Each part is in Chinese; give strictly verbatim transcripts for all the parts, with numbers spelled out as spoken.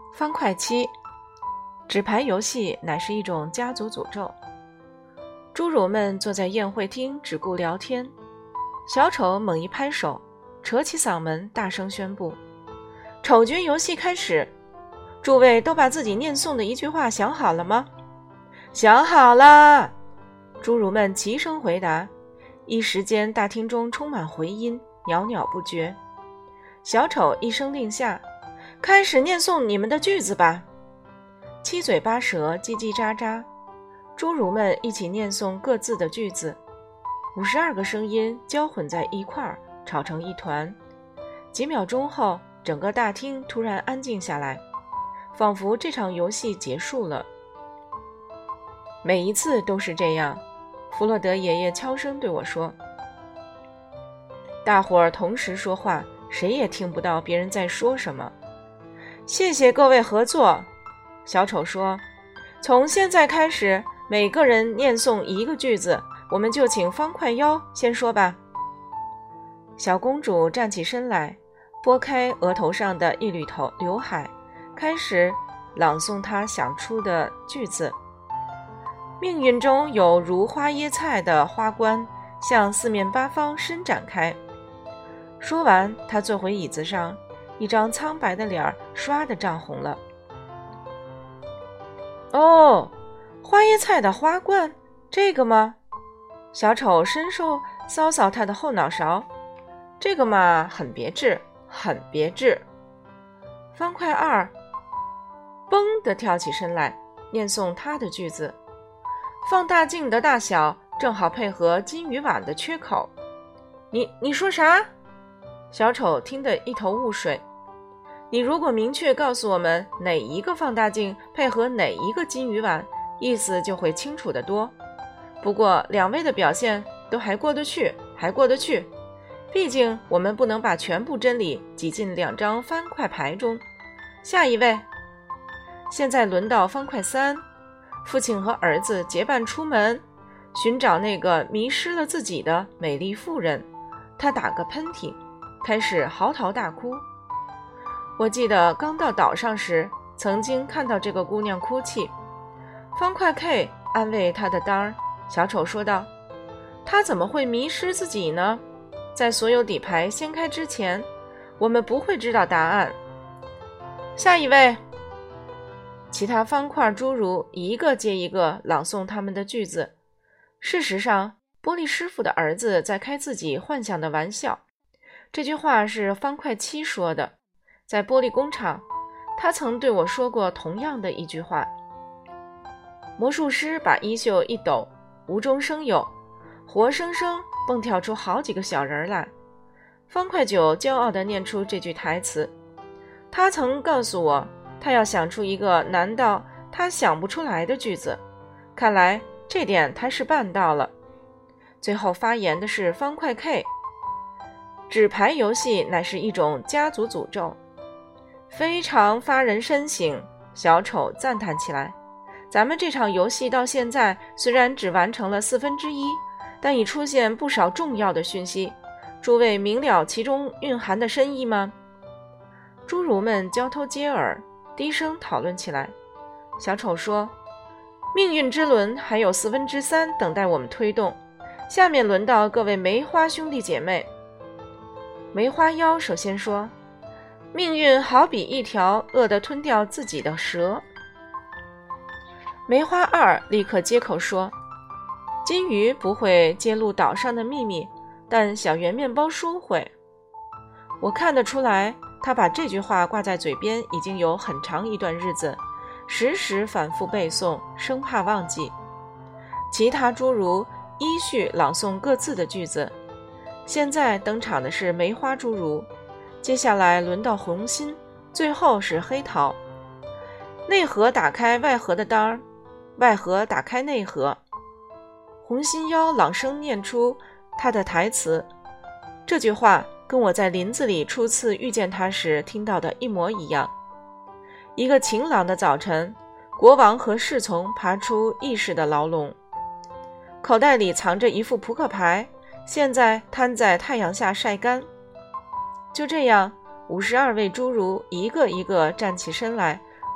方块七，纸牌游戏乃是一种家族诅咒。侏儒们坐在宴会厅只顾聊天，小丑猛一拍手，扯起嗓门大声宣布：丑角游戏开始！诸位都把自己念诵的一句话想好了吗？想好了！侏儒们齐声回答，一时间大厅中充满回音，袅袅不绝。小丑一声令下，开始念诵你们的句子吧。七嘴八舌，叽叽喳喳，侏儒们一起念诵各自的句子，五十二个声音交混在一块儿，吵成一团。几秒钟后，整个大厅突然安静下来，仿佛这场游戏结束了。每一次都是这样，弗洛德爷爷悄声对我说。大伙儿同时说话，谁也听不到别人在说什么。谢谢各位合作，小丑说，从现在开始每个人念诵一个句子，我们就请方块妖先说吧。小公主站起身来，拨开额头上的一缕头刘海，开始朗诵她想出的句子。命运中有如花椰菜的花冠向四面八方伸展开。说完，她坐回椅子上，一张苍白的脸唰地涨红了。哦，花椰菜的花冠，这个吗？小丑伸手搔搔他的后脑勺。这个嘛，很别致，很别致。方块二嘣地跳起身来，念诵他的句子。放大镜的大小正好配合金鱼碗的缺口。你你说啥？小丑听得一头雾水。你如果明确告诉我们哪一个放大镜配合哪一个金鱼碗，意思就会清楚得多。不过两位的表现都还过得去，还过得去。毕竟我们不能把全部真理挤进两张方块牌中。下一位。现在轮到方块三。父亲和儿子结伴出门，寻找那个迷失了自己的美丽妇人。他打个喷嚏，开始嚎啕大哭。我记得刚到岛上时，曾经看到这个姑娘哭泣。方块 K 安慰她的当儿，小丑说道：她怎么会迷失自己呢？在所有底牌掀开之前，我们不会知道答案。下一位。其他方块侏儒一个接一个朗诵他们的句子。事实上，玻璃师傅的儿子在开自己幻想的玩笑。这句话是方块七说的。在玻璃工厂，他曾对我说过同样的一句话。魔术师把衣袖一抖，无中生有，活生生蹦跳出好几个小人来。方块九骄傲地念出这句台词。他曾告诉我，他要想出一个难到他想不出来的句子，看来这点他是办到了。最后发言的是方块 K。 纸牌游戏乃是一种家族诅咒，非常发人深省，小丑赞叹起来。咱们这场游戏到现在虽然只完成了四分之一，但已出现不少重要的讯息，诸位明了其中蕴含的深意吗？侏儒们交头接耳，低声讨论起来。小丑说，命运之轮还有四分之三等待我们推动，下面轮到各位梅花兄弟姐妹。梅花妖首先说，命运好比一条饿得吞掉自己的蛇。梅花二立刻接口说，金鱼不会揭露岛上的秘密，但小圆面包叔会。我看得出来，他把这句话挂在嘴边已经有很长一段日子，时时反复背诵，生怕忘记。其他侏儒依序朗诵各自的句子。现在登场的是梅花侏儒，接下来轮到红心，最后是黑桃。内核打开外核的当儿，外核打开内核。红心妖朗声念出他的台词，这句话跟我在林子里初次遇见他时听到的一模一样。一个晴朗的早晨，国王和侍从爬出议事的牢笼，口袋里藏着一副扑克牌，现在摊在太阳下晒干。就这样，五十二位侏儒一个一个站起身来，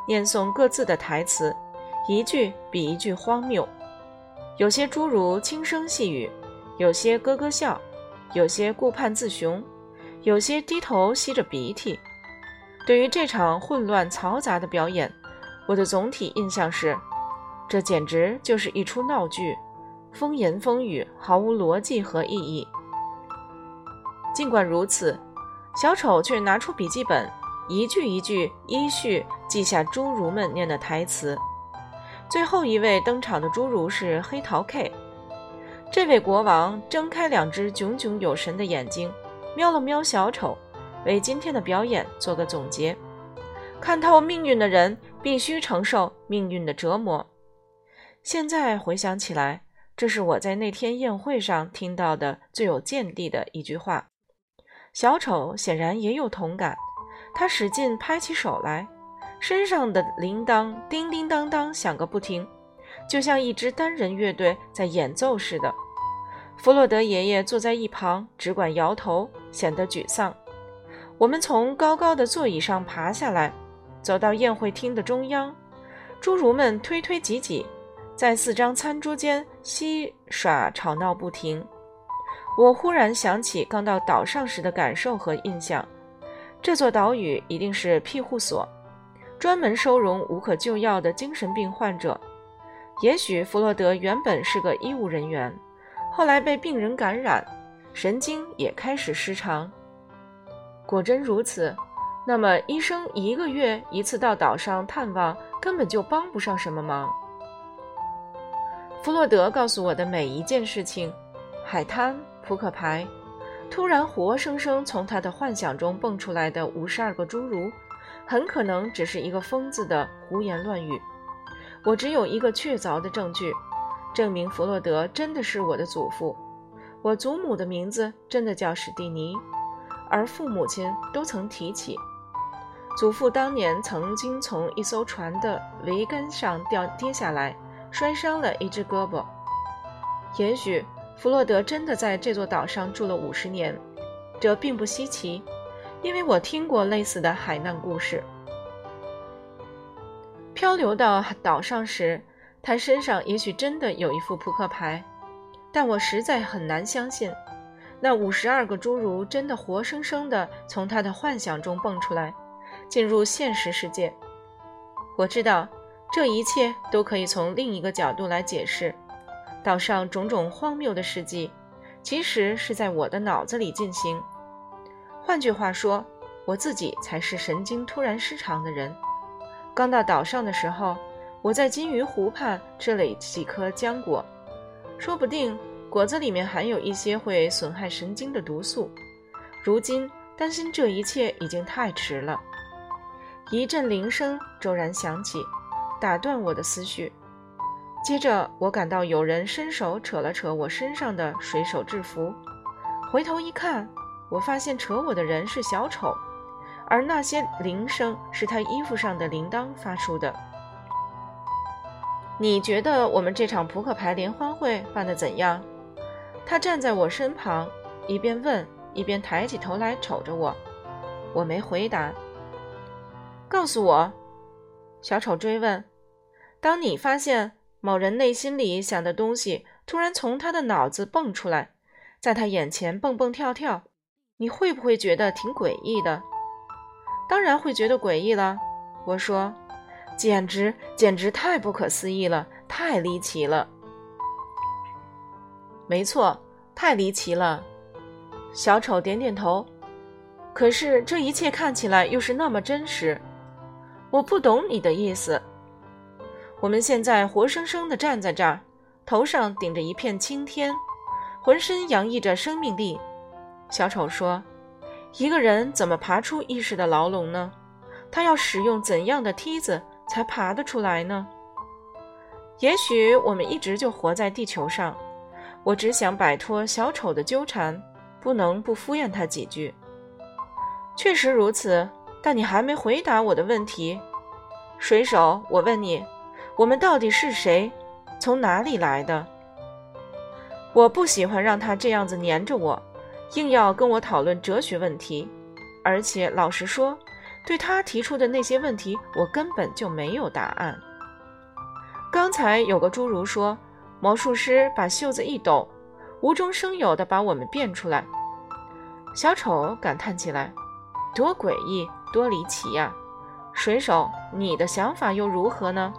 念诵各自的台词，一句比一句荒谬。有些诸如轻声细语，有些咯咯笑，有些顾盼自雄，有些低头吸着鼻涕。对于这场混乱嘈杂的表演，我的总体印象是，这简直就是一出闹剧，风言风语，毫无逻辑和意义。尽管如此，小丑却拿出笔记本，一句一句依序记下侏儒们念的台词。最后一位登场的侏儒是黑桃 K。 这位国王睁开两只炯炯有神的眼睛，瞄了瞄小丑，为今天的表演做个总结。看透命运的人必须承受命运的折磨。现在回想起来，这是我在那天宴会上听到的最有见地的一句话。小丑显然也有同感，他使劲拍起手来，身上的铃铛叮叮当当响个不停，就像一支单人乐队在演奏似的。弗洛德爷爷坐在一旁，只管摇头，显得沮丧。我们从高高的座椅上爬下来，走到宴会厅的中央，侏儒们推推挤挤，在四张餐桌间嬉耍吵闹不停。我忽然想起刚到岛上时的感受和印象，这座岛屿一定是庇护所，专门收容无可救药的精神病患者。也许弗洛德原本是个医务人员，后来被病人感染，神经也开始失常。果真如此，那么医生一个月一次到岛上探望，根本就帮不上什么忙。弗洛德告诉我的每一件事情，海滩、扑克牌，突然活生生从他的幻想中蹦出来的五十二个侏儒，很可能只是一个疯子的胡言乱语。我只有一个确凿的证据，证明弗洛德真的是我的祖父。我祖母的名字真的叫史蒂尼，而父母亲都曾提起。祖父当年曾经从一艘船的桅杆上掉跌下来，摔伤了一只胳膊。也许弗洛德真的在这座岛上住了五十年，这并不稀奇，因为我听过类似的海难故事。漂流到岛上时，他身上也许真的有一副扑克牌，但我实在很难相信，那五十二个侏儒真的活生生地从他的幻想中蹦出来，进入现实世界。我知道，这一切都可以从另一个角度来解释。岛上种种荒谬的事迹，其实是在我的脑子里进行。换句话说，我自己才是神经突然失常的人。刚到岛上的时候，我在金鱼湖畔吃了几颗浆果，说不定果子里面含有一些会损害神经的毒素。如今担心这一切已经太迟了。一阵铃声骤然响起，打断我的思绪。接着我感到有人伸手扯了扯我身上的水手制服，回头一看，我发现扯我的人是小丑，而那些铃声是他衣服上的铃铛发出的。你觉得我们这场扑克牌联欢会办得怎样？他站在我身旁，一边问一边抬起头来瞅着我。我没回答。告诉我，小丑追问，当你发现某人内心里想的东西突然从他的脑子蹦出来，在他眼前蹦蹦跳跳，你会不会觉得挺诡异的？当然会觉得诡异了，我说，简直简直太不可思议了，太离奇了。没错，太离奇了。小丑点点头。可是这一切看起来又是那么真实。我不懂你的意思。我们现在活生生地站在这儿，头上顶着一片青天，浑身洋溢着生命力。小丑说，一个人怎么爬出意识的牢笼呢？他要使用怎样的梯子才爬得出来呢？也许我们一直就活在地球上。我只想摆脱小丑的纠缠，不能不敷衍他几句。确实如此，但你还没回答我的问题。水手，我问你，我们到底是谁？从哪里来的？我不喜欢让他这样子黏着我，硬要跟我讨论哲学问题。而且老实说， 对他提出的那些问题，我根本就没有答案。刚才有个侏儒说，魔术师把袖子一抖，无中生有地把我们变出来。小丑感叹起来，多诡异，多离奇呀！水手，你的想法又如何呢？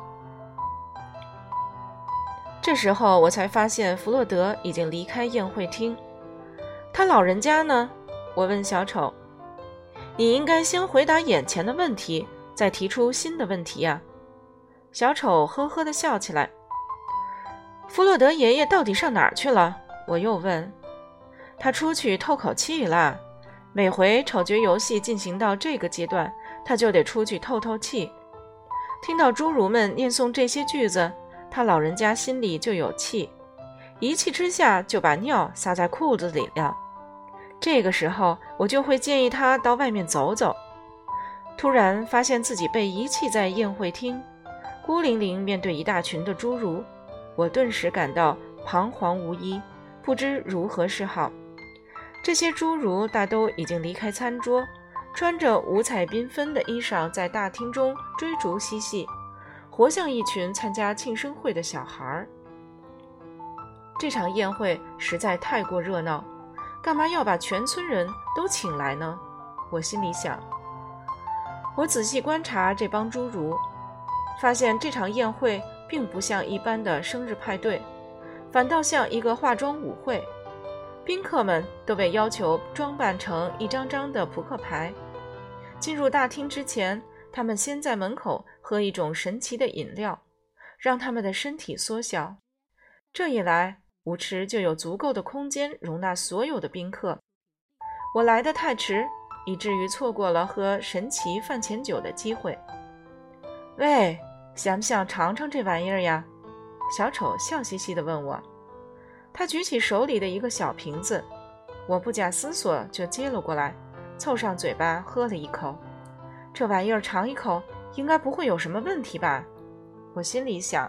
这时候我才发现弗洛德已经离开宴会厅。他老人家呢？我问小丑。你应该先回答眼前的问题，再提出新的问题呀。小丑呵呵地笑起来。弗洛德爷爷到底上哪儿去了？我又问。他出去透口气啦。每回丑角游戏进行到这个阶段，他就得出去透透气。听到侏儒们念诵这些句子，他老人家心里就有气，一气之下就把尿撒在裤子里了。这个时候我就会建议他到外面走走。突然发现自己被遗弃在宴会厅，孤零零面对一大群的侏儒，我顿时感到彷徨无依，不知如何是好。这些侏儒大都已经离开餐桌，穿着五彩缤纷的衣裳在大厅中追逐嬉戏，活像一群参加庆生会的小孩。这场宴会实在太过热闹，干嘛要把全村人都请来呢？我心里想。我仔细观察这帮侏儒，发现这场宴会并不像一般的生日派对，反倒像一个化妆舞会。宾客们都被要求装扮成一张张的扑克牌。进入大厅之前，他们先在门口喝一种神奇的饮料，让他们的身体缩小。这一来，舞池就有足够的空间容纳所有的宾客。我来得太迟，以至于错过了喝神奇饭前酒的机会。喂，想不想尝尝这玩意儿呀？小丑笑嘻嘻地问我。他举起手里的一个小瓶子，我不假思索就接了过来，凑上嘴巴喝了一口。这玩意儿尝一口应该不会有什么问题吧？我心里想。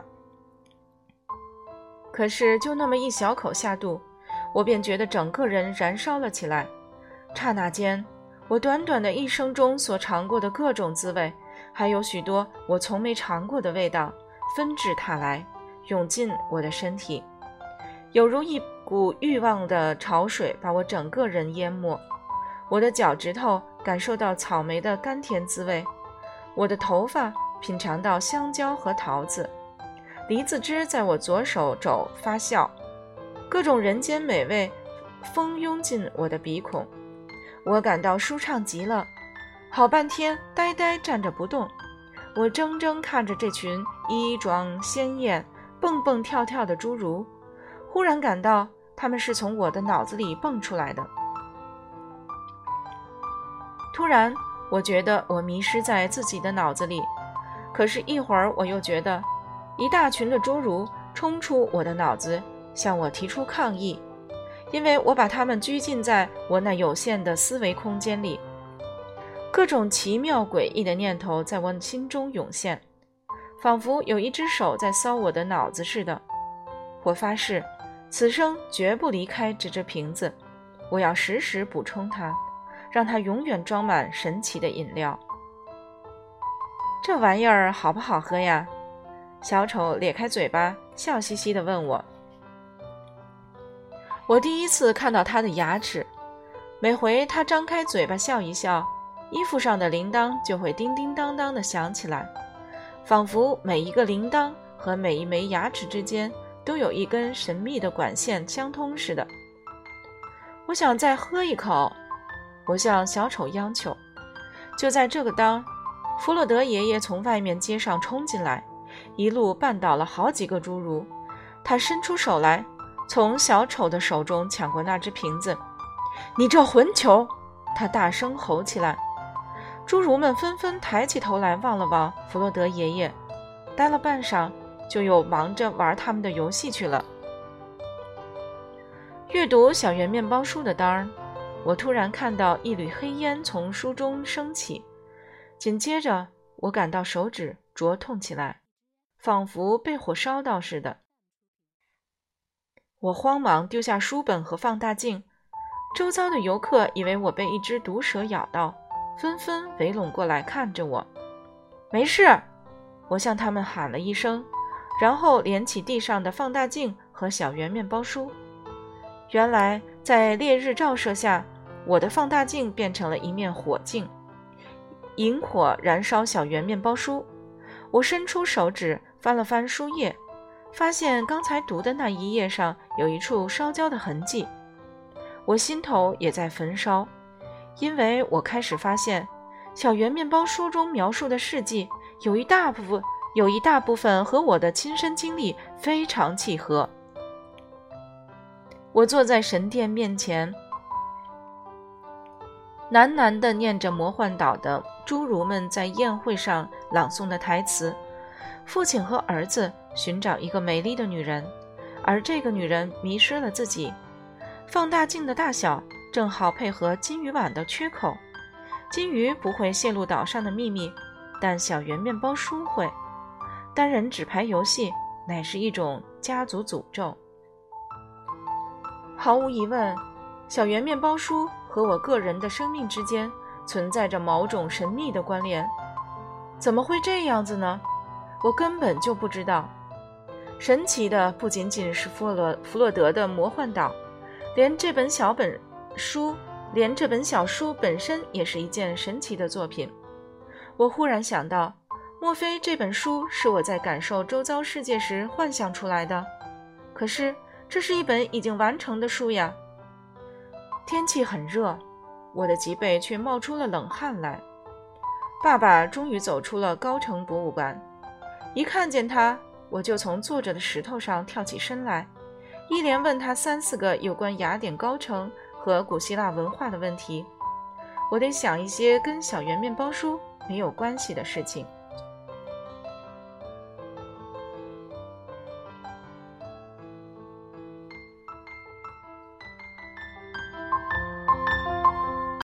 可是就那么一小口下肚，我便觉得整个人燃烧了起来。刹那间，我短短的一生中所尝过的各种滋味，还有许多我从没尝过的味道，纷至沓来，涌进我的身体，有如一股欲望的潮水把我整个人淹没。我的脚趾头感受到草莓的甘甜滋味，我的头发品尝到香蕉和桃子，梨子汁在我左手肘发酵，各种人间美味蜂拥进我的鼻孔，我感到舒畅极了。好半天呆呆站着不动，我怔怔看着这群衣装鲜艳蹦蹦跳跳的侏儒，忽然感到他们是从我的脑子里蹦出来的。突然我觉得我迷失在自己的脑子里，可是一会儿我又觉得一大群的侏儒冲出我的脑子，向我提出抗议，因为我把他们拘禁在我那有限的思维空间里。各种奇妙诡异的念头在我心中涌现，仿佛有一只手在搔我的脑子似的。我发誓此生绝不离开这只瓶子，我要时时补充它，让它永远装满神奇的饮料。这玩意儿好不好喝呀？小丑咧开嘴巴，笑嘻嘻地问我。我第一次看到他的牙齿，每回他张开嘴巴笑一笑，衣服上的铃铛就会叮叮当当地响起来，仿佛每一个铃铛和每一枚牙齿之间都有一根神秘的管线相通似的。我想再喝一口，我向小丑央求。就在这个当，弗洛德爷爷从外面街上冲进来，一路绊倒了好几个侏儒。他伸出手来，从小丑的手中抢过那只瓶子。你这混球！他大声吼起来。侏儒们纷纷抬起头来望了望弗洛德爷爷，待了半晌，就又忙着玩他们的游戏去了。阅读小圆面包书的当儿，我突然看到一缕黑烟从书中升起，紧接着我感到手指灼痛起来，仿佛被火烧到似的。我慌忙丢下书本和放大镜，周遭的游客以为我被一只毒蛇咬到， 纷纷围拢过来看着我。没事，我向他们喊了一声，然后连起地上的放大镜和小圆面包书。原来在烈日照射下，我的放大镜变成了一面火镜，引火燃烧小圆面包书。我伸出手指翻了翻书页，发现刚才读的那一页上有一处烧焦的痕迹。我心头也在焚烧，因为我开始发现小圆面包书中描述的事迹有一大部分有一大部分和我的亲身经历非常契合。我坐在神殿面前，喃喃地念着魔幻岛的侏儒们在宴会上朗诵的台词。父亲和儿子寻找一个美丽的女人，而这个女人迷失了自己。放大镜的大小正好配合金鱼碗的缺口。金鱼不会泄露岛上的秘密，但小圆面包书会。单人纸牌游戏乃是一种家族诅咒。毫无疑问，小圆面包书和我个人的生命之间存在着某种神秘的关联。怎么会这样子呢？我根本就不知道。神奇的不仅仅是弗洛弗洛德的魔幻岛，连这本小本书连这本小书本身也是一件神奇的作品。我忽然想到，莫非这本书是我在感受周遭世界时幻想出来的？可是这是一本已经完成的书呀。天气很热，我的脊背却冒出了冷汗来。爸爸终于走出了高城博物馆，一看见他，我就从坐着的石头上跳起身来，一连问他三四个有关雅典高城和古希腊文化的问题。我得想一些跟小圆面包书没有关系的事情。